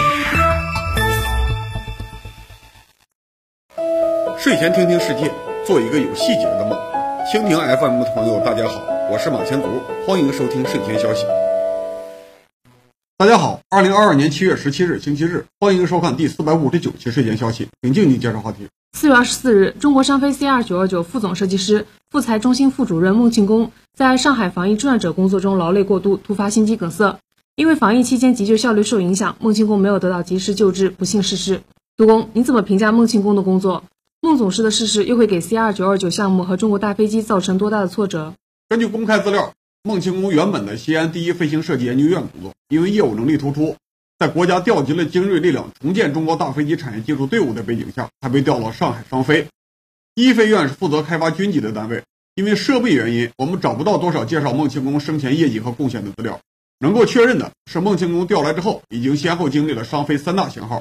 睡前听听世界，做一个有细节的梦。蜻蜓 FM 的朋友大家好，我是马前卒，欢迎收听睡前消息。大家好，2022年7月17日星期日，欢迎收看第459期睡前消息。请静静介绍话题。 4月24日，中国商飞 CR929副总设计师、复材中心副主任孟庆功在上海防疫志愿者工作中劳累过度，突发心肌梗塞。因为防疫期间急救效率受影响，孟庆功没有得到及时救治，不幸逝世。杜工，您怎么评价孟庆功的工作？孟总师的逝世又会给 CR929 项目和中国大飞机造成多大的挫折？ 根据公开资料，孟庆功原本的西安第一飞行设计研究院工作，因为业务能力突出，在国家调集了精锐力量重建中国大飞机产业技术队伍的背景下，他被调到上海商飞。一飞院是负责开发军机的单位，因为设备原因，我们找不到多少介绍孟庆功生前业绩和贡献的资料。能够确认的是，孟庆功调来之后，已经先后经历了商飞3大型号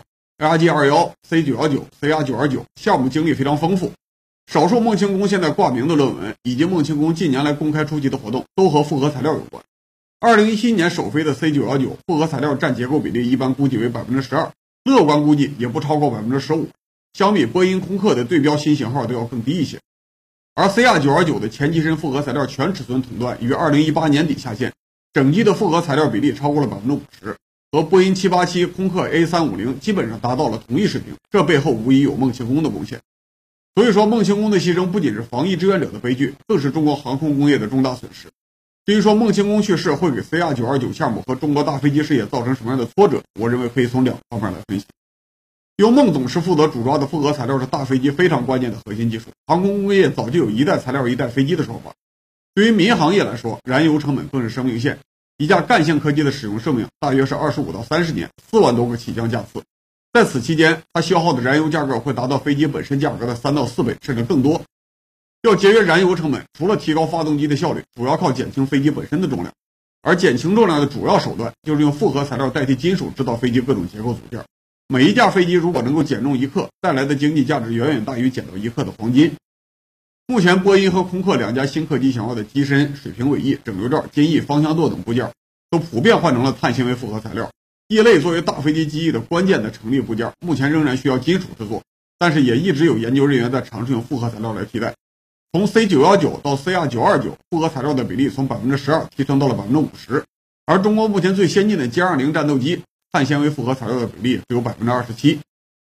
ARJ21、C919、CR929，项目经历非常丰富。少数孟庆功现在挂名的论文，以及孟庆功近年来公开出席的活动，都和复合材料有关。2017年首飞的 C919 复合材料占结构比例一般估计为 12%， 乐观估计也不超过 15%， 相比波音空客的对标新型号都要更低一些。而 CR929 的前机身复合材料全尺寸统段于2018年底下线，整机的复合材料比例超过了 50%， 和波音787、空客 A350 基本上达到了同一水平，这背后无疑有孟庆功的贡献。所以说，孟庆功的牺牲不仅是防疫志愿者的悲剧，更是中国航空工业的重大损失。至于说孟庆功去世会给 CR929 项目和中国大飞机事业造成什么样的挫折，我认为可以从2方面来分析。由孟总师负责主抓的复合材料是大飞机非常关键的核心技术，航空工业早就有一代材料一代飞机的说法。对于民航业来说，燃油成本更是生命线，一架干线客机的使用寿命大约是25到30年，4万多个起降架次。在此期间，它消耗的燃油价格会达到飞机本身价格的3到4倍，甚至更多。要节约燃油成本，除了提高发动机的效率，主要靠减轻飞机本身的重量。而减轻重量的主要手段就是用复合材料代替金属制造飞机各种结构组件。每一架飞机如果能够减重1克，带来的经济价值远远大于减到1克的黄金。目前波音和空客2家新客机型号的机身、水平尾翼、整流罩、襟翼、方向舵等部件都普遍换成了碳纤维复合材料。翼类作为大飞机机翼的关键的成立部件，目前仍然需要金属制作，但是也一直有研究人员在尝试用复合材料来替代。从 C919 到 CR929， 复合材料的比例从 12% 提升到了 50%， 而中国目前最先进的歼20战斗机碳纤维复合材料的比例只有 27%。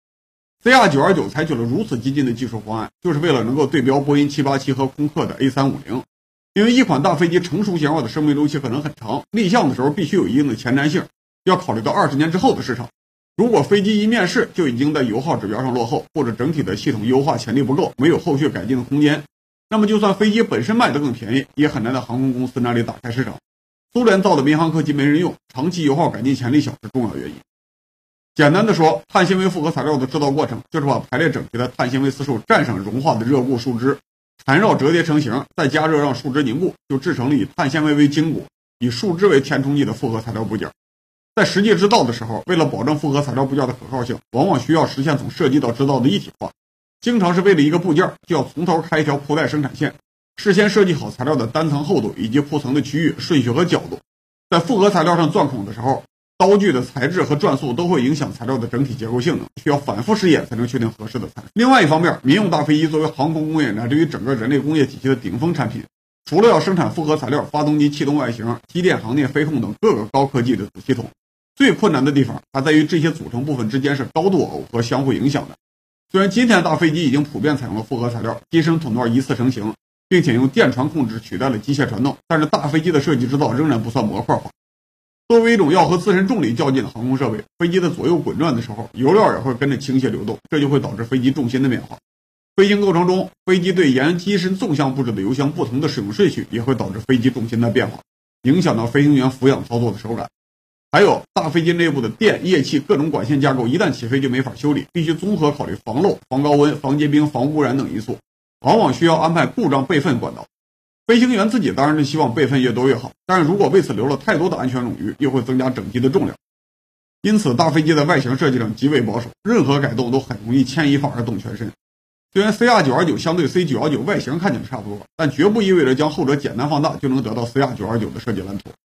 CR929 采取了如此激进的技术方案，就是为了能够对标波音787和空客的 A350。 因为一款大飞机成熟型号的生命周期可能很长，立项的时候必须有一定的前瞻性，要考虑到20年之后的市场。如果飞机一面世就已经在油耗指标上落后，或者整体的系统优化潜力不够，没有后续改进的空间，那么就算飞机本身卖得更便宜，也很难在航空公司那里打开市场。苏联造的民航客机没人用，长期油耗改进潜力小是重要原因。简单的说，碳纤维复合材料的制造过程就是把排列整齐的碳纤维丝束蘸上融化的热固树脂，缠绕折叠成型，再加热让树脂凝固，就制成了以碳纤维为筋骨、以树脂为填充剂的复合材料部件。在实际制造的时候，为了保证复合材料部件的可靠性，往往需要实现从设计到制造的一体化，经常是为了一个部件就要从头开一条铺带生产线，事先设计好材料的单层厚度以及铺层的区域、顺序和角度。在复合材料上钻孔的时候，刀具的材质和转速都会影响材料的整体结构性能，需要反复试验才能确定合适的参数。另外一方面，民用大飞机作为航空工业乃至于整个人类工业体系的顶峰产品，除了要生产复合材料、发动机气动外形、机电航电飞控等各个高科技的子系统，最困难的地方还在于这些组成部分之间是高度耦合相互影响的。虽然今天大飞机已经普遍采用了复合材料，机身筒段一次成型，并且用电传控制取代了机械传动，但是大飞机的设计制造仍然不算模块化。作为一种要和自身重力较劲的航空设备，飞机的左右滚转的时候，油料也会跟着倾斜流动，这就会导致飞机重心的变化。飞行过程中，飞机对沿机身纵向布置的油箱不同的使用顺序，也会导致飞机重心的变化，影响到飞行员俯仰操作的手感。还有大飞机内部的电、液气各种管线架构一旦起飞就没法修理，必须综合考虑防漏、防高温、防结冰、防污染等因素，往往需要安排故障备份管道。飞行员自己当然是希望备份越多越好，但是如果为此留了太多的安全冗余，又会增加整机的重量。因此大飞机在外形设计上极为保守，任何改动都很容易牵一发而动全身。虽然 CR929 相对 C919 外形看起来差不多，但绝不意味着将后者简单放大就能得到 CR929 的设计蓝图。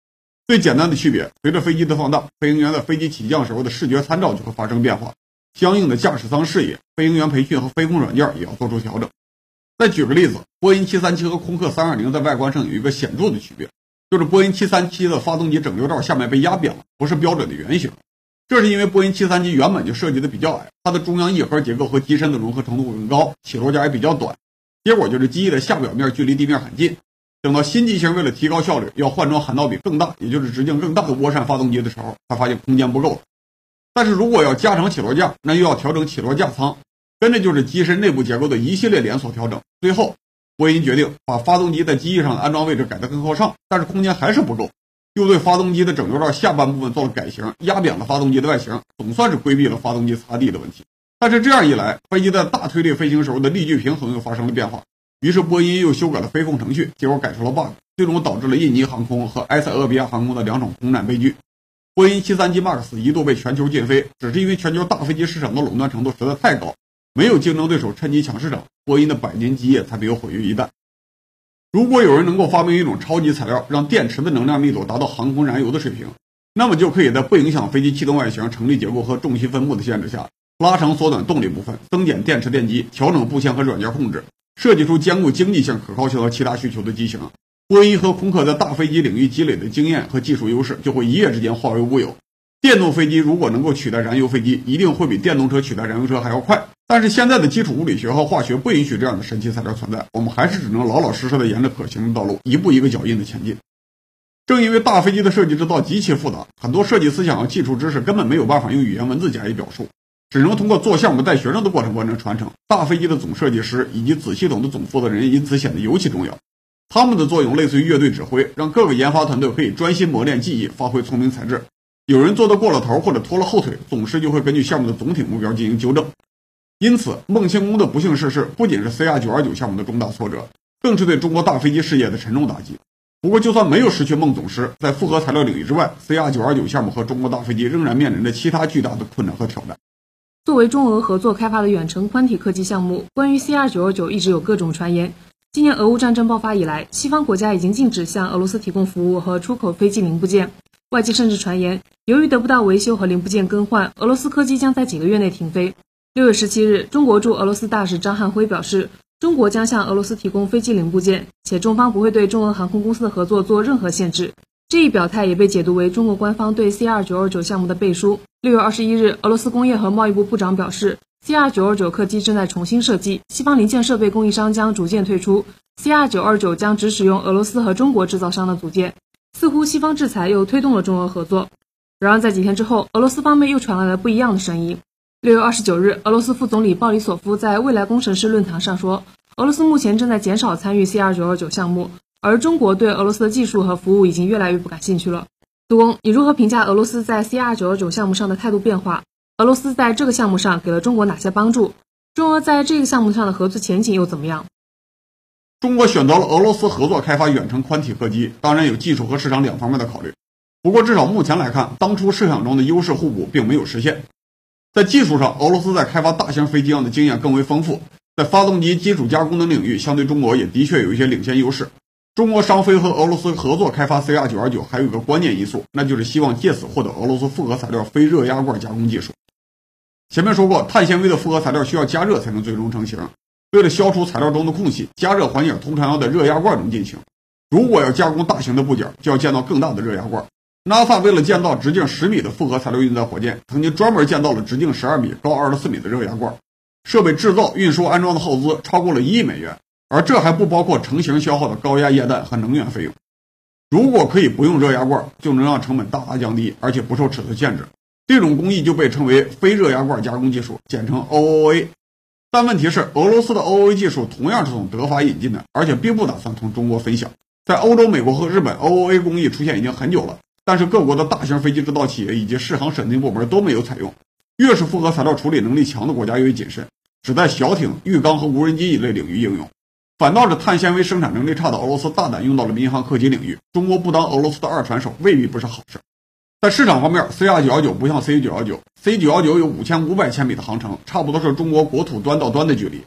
最简单的区别，随着飞机的放大，飞行员在飞机起降时候的视觉参照就会发生变化，相应的驾驶舱视野、飞行员培训和飞控软件也要做出调整。再举个例子，波音737和空客320在外观上有一个显著的区别，就是波音737的发动机整流罩下面被压扁了，不是标准的圆形。这是因为波音737原本就设计的比较矮，它的中央翼盒结构和机身的融合程度更高，起落架也比较短，结果就是机翼的下表面距离地面很近。等到新机型为了提高效率，要换装涵道比更大，也就是直径更大的涡扇发动机的时候，才发现空间不够了。但是如果要加长起落架，那又要调整起落架舱，跟着就是机身内部结构的一系列连锁调整。最后波音决定把发动机在机翼上的安装位置改得更靠上，但是空间还是不够，又对发动机的整流罩下半部分做了改型，压扁了发动机的外形，总算是规避了发动机擦地的问题。但是这样一来，飞机在大推力飞行时候的力矩平衡又发生了变化，于是波音又修改了飞控程序，结果改出了 bug， 最终导致了印尼航空和埃塞俄比亚航空的2场空难悲剧。波音737 MAX 一度被全球禁飞，只是因为全球大飞机市场的垄断程度实在太高，没有竞争对手趁机抢市场，波音的百年基业才没有毁于一旦。如果有人能够发明一种超级材料，让电池的能量密度达到航空燃油的水平，那么就可以在不影响飞机气动外形、成立结构和重心分布的限制下，拉长缩短动力部分，增减电池电机，调整布线和软件控制，设计出兼顾经济性、可靠性和其他需求的机型。波音和空客在大飞机领域积累的经验和技术优势就会一夜之间化为乌有。电动飞机如果能够取代燃油飞机，一定会比电动车取代燃油车还要快。但是现在的基础物理学和化学不允许这样的神奇材料存在，我们还是只能老老实实的沿着可行的道路，一步一个脚印的前进。正因为大飞机的设计制造极其复杂，很多设计思想和技术知识根本没有办法用语言文字加以表述，只能通过做项目带学生的过程完成传承。大飞机的总设计师以及子系统的总负责人因此显得尤其重要。他们的作用类似于乐队指挥，让各个研发团队可以专心磨练技艺，发挥聪明才智。有人做得过了头或者拖了后腿，总师就会根据项目的总体目标进行纠正。因此，孟庆功的不幸逝世不仅是 CR929 项目的重大挫折，更是对中国大飞机事业的沉重打击。不过，就算没有失去孟总师，在复合材料领域之外 ，CR929 项目和中国大飞机仍然面临着其他巨大的困难和挑战。 作为中俄合作开发的远程宽体客机项目，关于 CR929 一直有各种传言。今年俄乌战争爆发以来，西方国家已经禁止向俄罗斯提供服务和出口飞机零部件。外界甚至传言，由于得不到维修和零部件更换，俄罗斯客机将在几个月内停飞。6月17日，中国驻俄罗斯大使张汉辉表示，中国将向俄罗斯提供飞机零部件，且中方不会对中俄航空公司的合作做任何限制。这一表态也被解读为中国官方对 CR929 项目的背书。6月21日，俄罗斯工业和贸易部部长表示， CR929 客机正在重新设计，西方零件设备供应商将逐渐退出， CR929 将只使用俄罗斯和中国制造商的组件。似乎西方制裁又推动了中俄合作。然而在几天之后，俄罗斯方面又传来了不一样的声音。6月29日，俄罗斯副总理鲍里索夫在未来工程师论坛上说，俄罗斯目前正在减少参与 CR929 项目，而中国对俄罗斯的技术和服务已经越来越不感兴趣了。杜工，你如何评价俄罗斯在 CR929 项目上的态度变化？俄罗斯在这个项目上给了中国哪些帮助？中俄在这个项目上的合作前景又怎么样？ 中国选择了俄罗斯合作开发远程宽体客机，当然有技术和市场两方面的考虑。不过至少目前来看，当初设想中的优势互补并没有实现。在技术上，俄罗斯在开发大型飞机上的经验更为丰富，在发动机基础加工等领域，相对中国也的确有一些领先优势。中国商飞和俄罗斯合作开发 CR929 还有一个关键因素，那就是希望借此获得俄罗斯复合材料非热压罐加工技术。前面说过，碳纤维的复合材料需要加热才能最终成型。为了消除材料中的空隙，加热环节通常要在热压罐中进行。如果要加工大型的部件，就要建造更大的热压罐。NASA 为了建造直径10米的复合材料运载火箭，曾经专门建造了直径12米、高24米的热压罐。设备制造、运输、安装的耗资超过了1亿美元，而这还不包括成型消耗的高压液氮和能源费用。如果可以不用热压罐，就能让成本大大降低，而且不受尺寸限制。这种工艺就被称为非热压罐加工技术，简称 OOA。但问题是，俄罗斯的 OOA 技术同样是从德法引进的，而且并不打算同中国分享。在欧洲、美国和日本 ，OOA 工艺出现已经很久了，但是各国的大型飞机制造企业以及适航审定部门都没有采用。越是复合材料处理能力强的国家越谨慎，只在小艇、浴缸和无人机一类领域应用。反倒是碳纤维生产能力差的俄罗斯大胆用到了民航客机领域，中国不当俄罗斯的二传手未必不是好事。在市场方面 ，CR919 不像 C919，C919 有5500千米的航程，差不多是中国国土端到端的距离。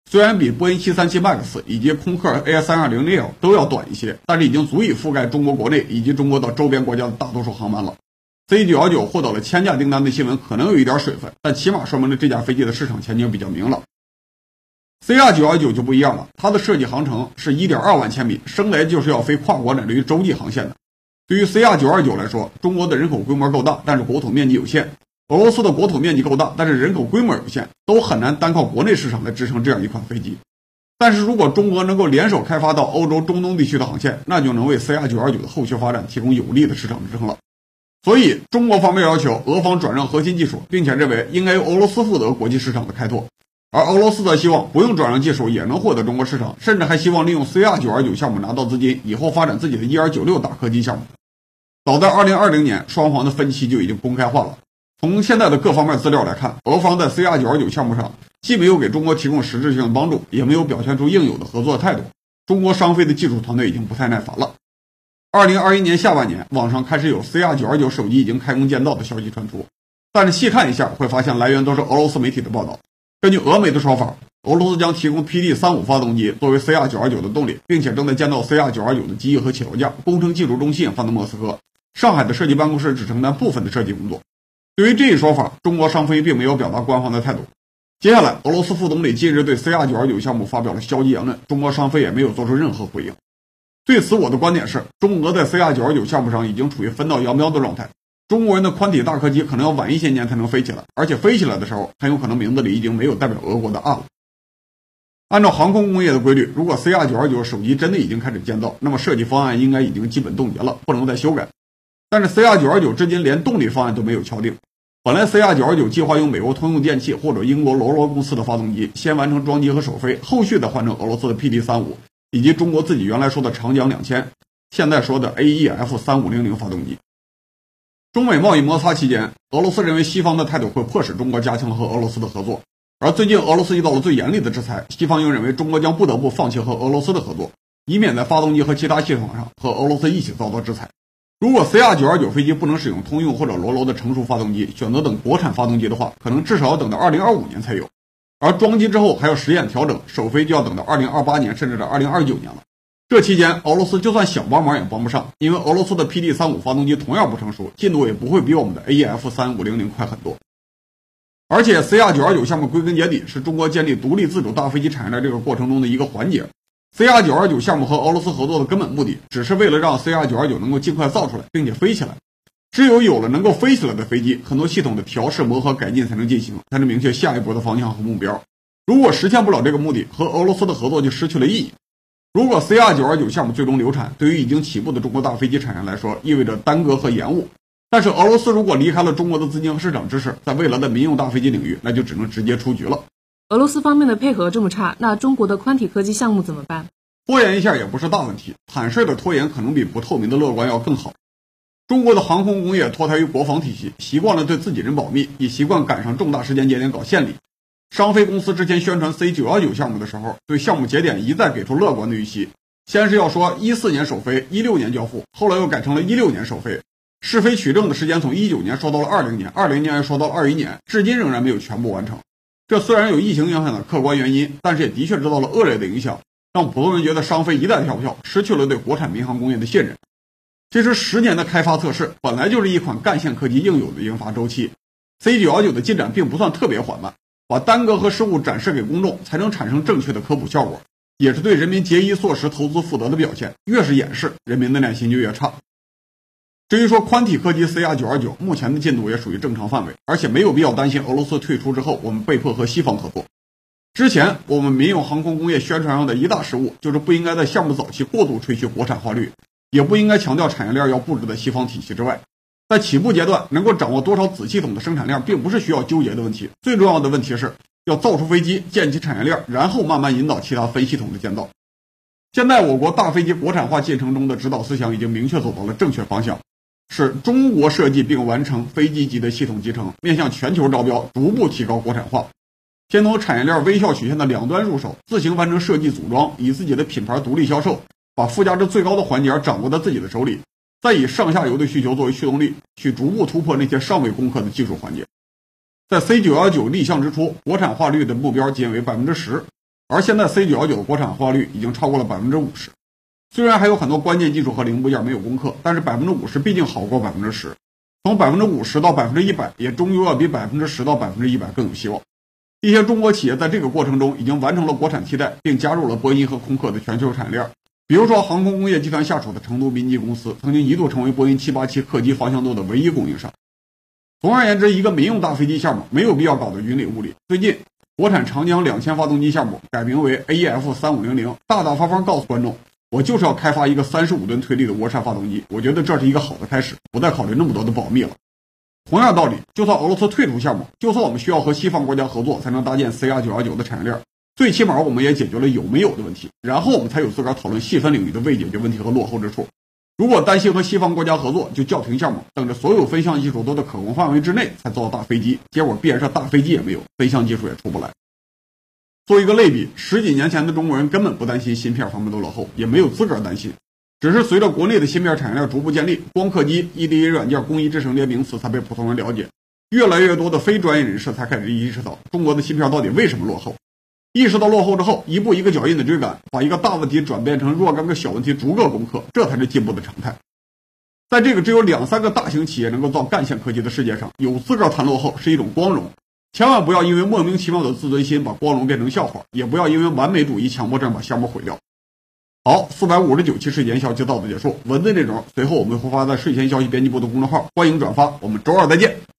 虽然比波音737 MAX 以及空客 A320neo 都要短一些，但是已经足以覆盖中国国内以及中国到周边国家的大多数航班了。C919 获得了1000架订单的新闻可能有一点水分，但起码说明了这架飞机的市场前景比较明朗。CR919 就不一样了，它的设计航程是 1.2 万千米，生来就是要飞跨国乃至于洲际航线的。对于 CR929 来说，中国的人口规模够大，但是国土面积有限；俄罗斯的国土面积够大，但是人口规模有限，都很难单靠国内市场来支撑这样一款飞机。但是如果中国能够联手开发到欧洲、中东地区的航线，那就能为 CR929 的后续发展提供有力的市场支撑了。所以中国方面要求俄方转让核心技术，并且认为应该由俄罗斯负责国际市场的开拓，而俄罗斯则希望不用转让技术也能获得中国市场，甚至还希望利用 CR929 项目拿到资金，以后发展自己的 ER96 大客机项目。早在2020年，双方的分歧就已经公开化了。从现在的各方面资料来看，俄方在 CR929 项目上既没有给中国提供实质性的帮助，也没有表现出应有的合作态度。中国商飞的技术团队已经不太耐烦了。2021年下半年，网上开始有 CR929 手机已经开工建造的消息传出，但是细看一下会发现来源都是俄罗斯媒体的报道。根据俄媒的说法，俄罗斯将提供 PD35 发动机作为 CR929 的动力，并且正在建造 CR929 的机翼和起落架，工程技术中心放在莫斯科，上海的设计办公室只承担部分的设计工作。对于这一说法，中国商飞并没有表达官方的态度。接下来，俄罗斯副总理近日对 CR929 项目发表了消极言论，中国商飞也没有做出任何回应。对此，我的观点是，中俄在 CR929 项目上已经处于分道扬镳的状态。中国人的宽体大客机可能要晚一些年才能飞起来，而且飞起来的时候，很有可能名字里已经没有代表俄国的 R 了。按照航空工业的规律，如果 CR929 手机真的已经开始建造，那么设计方案应该已经基本冻结了，不能再修改。但是 CR929 至今连动力方案都没有敲定。本来 CR929 计划用美国通用电气或者英国罗罗公司的发动机先完成装机和首飞，后续再换成俄罗斯的 PD35 以及中国自己原来说的长江2000，现在说的 AEF3500 发动机。中美贸易摩擦期间，俄罗斯认为西方的态度会迫使中国加强和俄罗斯的合作，而最近俄罗斯遇到了最严厉的制裁，西方又认为中国将不得不放弃和俄罗斯的合作，以免在发动机和其他系统上和俄罗斯一起遭到制裁。如果 CR929 飞机不能使用通用或者罗罗的成熟发动机，选择等国产发动机的话，可能至少要等到2025年才有，而装机之后还要实验调整，首飞就要等到2028年甚至是2029年了。这期间俄罗斯就算想帮忙也帮不上，因为俄罗斯的 PD35 发动机同样不成熟，进度也不会比我们的 AEF3500 快很多。而且 CR929 项目归根结底是中国建立独立自主大飞机产业链这个过程中的一个环节。CR929 项目和俄罗斯合作的根本目的，只是为了让 CR929 能够尽快造出来，并且飞起来。只有了能够飞起来的飞机，很多系统的调试、磨合、改进才能进行，才能明确下一步的方向和目标。如果实现不了这个目的，和俄罗斯的合作就失去了意义。如果 CR929 项目最终流产，对于已经起步的中国大飞机产业来说，意味着耽搁和延误。但是俄罗斯如果离开了中国的资金和市场支持，在未来的民用大飞机领域，那就只能直接出局了。 俄罗斯方面的配合这么差，那中国的宽体科技项目怎么办？ 拖延一下也不是大问题，坦率的拖延可能比不透明的乐观要更好。中国的航空工业脱胎于国防体系，习惯了对自己人保密，也习惯赶上重大时间节点搞献礼。商飞公司之前宣传 C919 项目的时候，对项目节点一再给出乐观的预期，先是要说14年首飞，16年交付，后来又改成了16年首飞。试飞取证的时间从19年说到了20年，20年又说到了21年，至今仍然没有全部完成。这虽然有疫情影响的客观原因，但是也的确制造了恶劣的影响，让普通人觉得商飞一代跳票，失去了对国产民航工业的信任。其实10年的开发测试本来就是一款干线客机应有的研发周期， C919 的进展并不算特别缓慢，把耽搁和失误展示给公众，才能产生正确的科普效果，也是对人民节衣缩食投资负责的表现。越是掩饰，人民的耐心就越差。至于说宽体客机 CR929 目前的进度也属于正常范围，而且没有必要担心俄罗斯退出之后我们被迫和西方合作。之前我们民用航空工业宣传上的一大失误，就是不应该在项目早期过度吹嘘国产化率，也不应该强调产业链要布置在西方体系之外。在起步阶段能够掌握多少子系统的生产链并不是需要纠结的问题，最重要的问题是要造出飞机，建起产业链，然后慢慢引导其他分系统的建造。现在我国大飞机国产化进程中的指导思想已经明确走到了正确方向，是中国设计并完成飞机级的系统集成，面向全球招标，逐步提高国产化。先从产业链微笑曲线的两端入手，自行完成设计组装，以自己的品牌独立销售，把附加值最高的环节掌握在自己的手里，再以上下游的需求作为驱动力，去逐步突破那些尚未攻克的技术环节。在 C919 立项之初，国产化率的目标仅为 10%， 而现在 C919 的国产化率已经超过了50%。虽然还有很多关键技术和零部件没有攻克，但是50%毕竟好过10%，从50%到100%，也终究要比10%到100%更有希望。一些中国企业在这个过程中已经完成了国产替代，并加入了波音和空客的全球产业链。比如说，航空工业集团下属的成都民机公司，曾经一度成为波音787客机方向舵的唯一供应商。总而言之，一个民用大飞机项目没有必要搞得云里雾里。最近，国产长江2000发动机项目改名为 AEF3500，大大方方告诉观众，我就是要开发一个35吨推力的涡扇发动机。我觉得这是一个好的开始，不再考虑那么多的保密了。同样道理，就算俄罗斯退出项目，就算我们需要和西方国家合作才能搭建 CR919 的产业链，最起码我们也解决了有没有的问题，然后我们才有资格讨论细分领域的未解决问题和落后之处。如果担心和西方国家合作，就叫停项目，等着所有分项技术都在可控范围之内才造大飞机，结果必然是大飞机也没有，分项技术也出不来。做一个类比，10几年前的中国人根本不担心芯片方面的落后，也没有资格担心，只是随着国内的芯片产业链逐步建立，光刻机、EDA 软件、工艺制成这些名词才被普通人了解，越来越多的非专业人士才开始意识到中国的芯片到底为什么落后。意识到落后之后，一步一个脚印的追赶，把一个大问题转变成若干个小问题逐个攻克，这才是进步的常态。在这个只有2-3个大型企业能够造干线科技的世界上，有资格谈落后是一种光荣。千万不要因为莫名其妙的自尊心把光荣变成笑话，也不要因为完美主义强迫症把项目毁掉。好，459期睡前消息到此结束，文字内容随后我们会发在睡前消息编辑部的公众号，欢迎转发，我们周二再见。